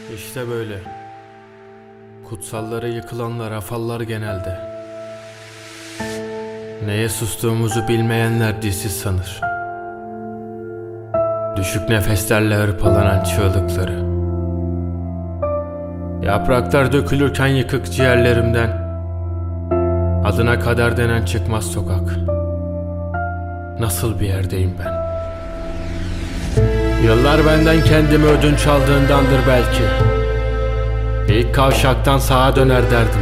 İşte böyle. Kutsalları yıkılanlar afallar genelde. Neye sustuğumuzu bilmeyenler dilsiz sanır. Düşük nefeslerle hırpalanan çığlıkları. Yapraklar dökülürken yıkık ciğerlerimden. Adına kader denen çıkmaz sokak. Nasıl bir yerdeyim ben? Yıllar benden kendimi ödünç aldığındandır belki. İlk kavşaktan sağa döner derdim.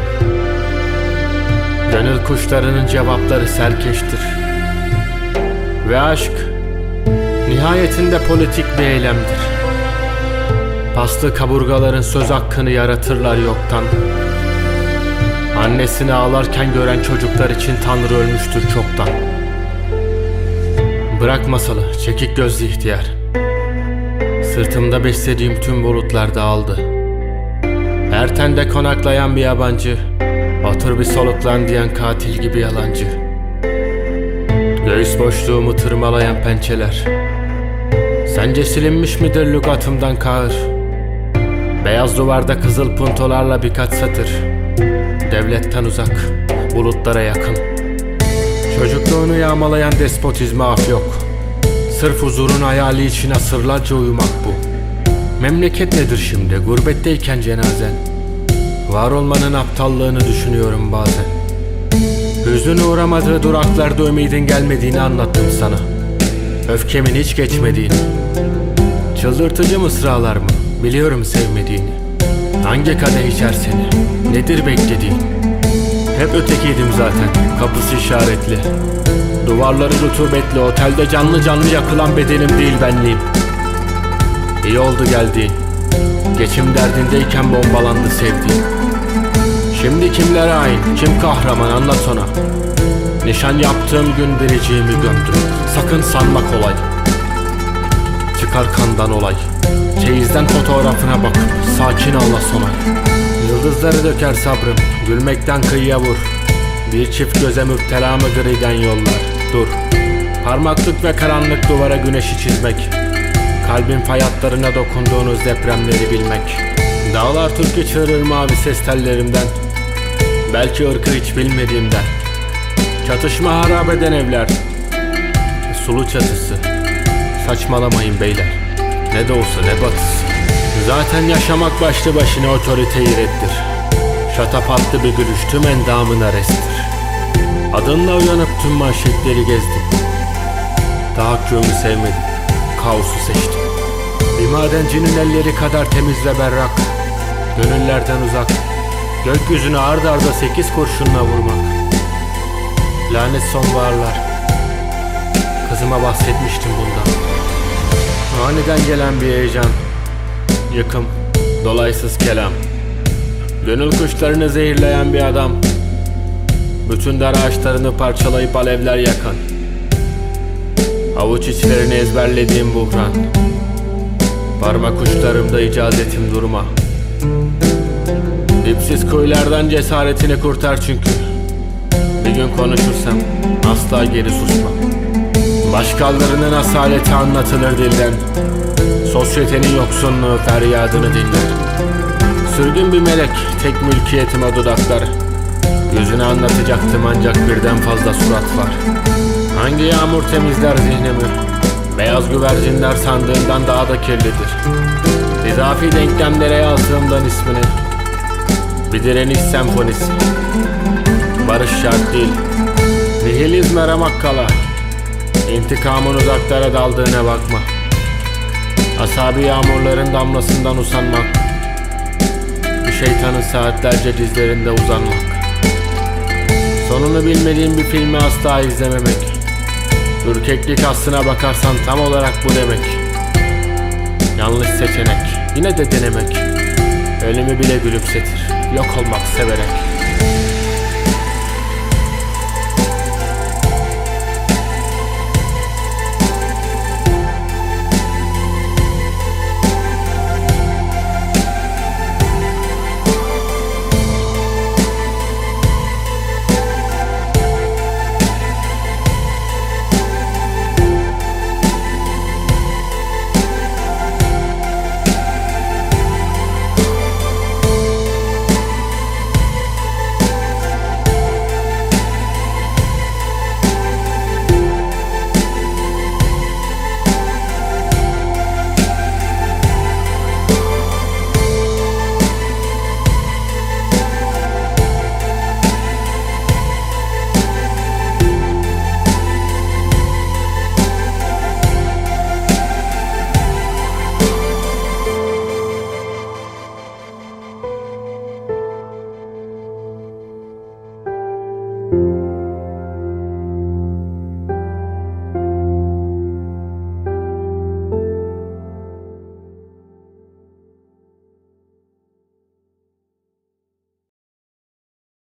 Gönül kuşlarının cevapları serkeştir. Ve aşk nihayetinde politik bir eylemdir. Paslı kaburgaların söz hakkını yaratırlar yoktan. Annesini ağlarken gören çocuklar için Tanrı ölmüştür çoktan. Bırak masalı, çekik gözlü ihtiyar. Sırtımda beslediğim tüm bulutlar dağıldı. Her tende konaklayan bir yabancı, otur bir soluklan diyen katil gibi yalancı. Göğüs boşluğumu tırmalayan pençeler. Sence silinmiş midir lügatımdan kahır? Beyaz duvarda kızıl puntolarla birkaç satır. Devletten uzak, bulutlara yakın. Çocukluğunu yağmalayan despotizme af yok. Sırf huzurun hayali için asırlarca uyumak bu. Memleket nedir şimdi, gurbetteyken cenazen? Var olmanın aptallığını düşünüyorum bazen. Hüznün uğramadığı duraklarda ümidin gelmediğini anlattım sana. Öfkemin hiç geçmediğini. Çıldırtıcı mısralar mı? Biliyorum sevmediğini. Hangi kadeh içer seni? Nedir beklediğin? Hep ötekiydim zaten, kapısı işaretli. Duvarları rutubetli, otelde canlı canlı yakılan bedenim değil benliğim. İyi oldu geldiğin. Geçim derdindeyken bombalandı sevdiğim. Şimdi kimlere hain, kim kahraman anlat ona. Nişan yaptığım gün biriciğimi gömdüm. Sakın sanma kolay. Çıkar kandan olay. Çeyizden fotoğrafına bakıp sakin ağla sonay. Yıldızları döker sabrım, gülmekten kıyıya vur. Bir çift göze müptela mı griden yollar? Dur. Parmaklık ve karanlık duvara güneşi çizmek. Kalbin fay hatlarına dokunduğunuz depremleri bilmek. Dağlar türkü çığırır mavi ses tellerimden. Belki ırkı hiç bilmediğimden. Çatışma harap eden evler. Sulu çatısı. Saçmalamayın beyler. Ne doğusu ne batısı. Zaten yaşamak başlı başına otoriteyi reddir. Şatafatlı bir gülüş tüm endamına resttir. Adınla uyanıp tüm manşetleri gezdim. Tahakkümü sevmedim, kaosu seçtim. Bir madencinin elleri kadar temiz ve berrak. Gönüllerden uzak, gökyüzüne ard arda 8 kurşunla vurmak. Lanet sonbaharlar. Kızıma bahsetmiştim bundan. Aniden gelen bir heyecan. Yıkım, dolaysız kelam. Gönül kuşlarını zehirleyen bir adam. Bütün dar ağaçlarını parçalayıp alevler yakan. Avuç içlerini ezberlediğim buhran. Parmak uçlarımda icazetim durma. Dipsiz kuyulardan cesaretini kurtar çünkü. Bir gün konuşursam asla geri susmam. Başkalarının asaleti anlatılır dilden. Sosyetenin yoksunluğu feryadını dinler. Sürgün bir melek, tek mülkiyetim o dudaklar. Yüzünü anlatacaktım ancak birden fazla surat var. Hangi yağmur temizler zihnimi? Beyaz güvercinler sandığından daha da kirlidir. İzafi denklemlere yazdığımdan ismini. Bir direniş senfonisi. Barış şart değil. Nihilizm aramak kala. İntikamın uzaklara daldığına bakma. Asabi yağmurların damlasından usanmak. Bir şeytanın saatlerce dizlerinde uzanmak. Sonunu bilmediğim bir filmi asla izlememek. Ürkeklik aslına bakarsan tam olarak bu demek. Yanlış seçenek, yine de denemek. Ölümü bile gülümsetir, yok olmak severek.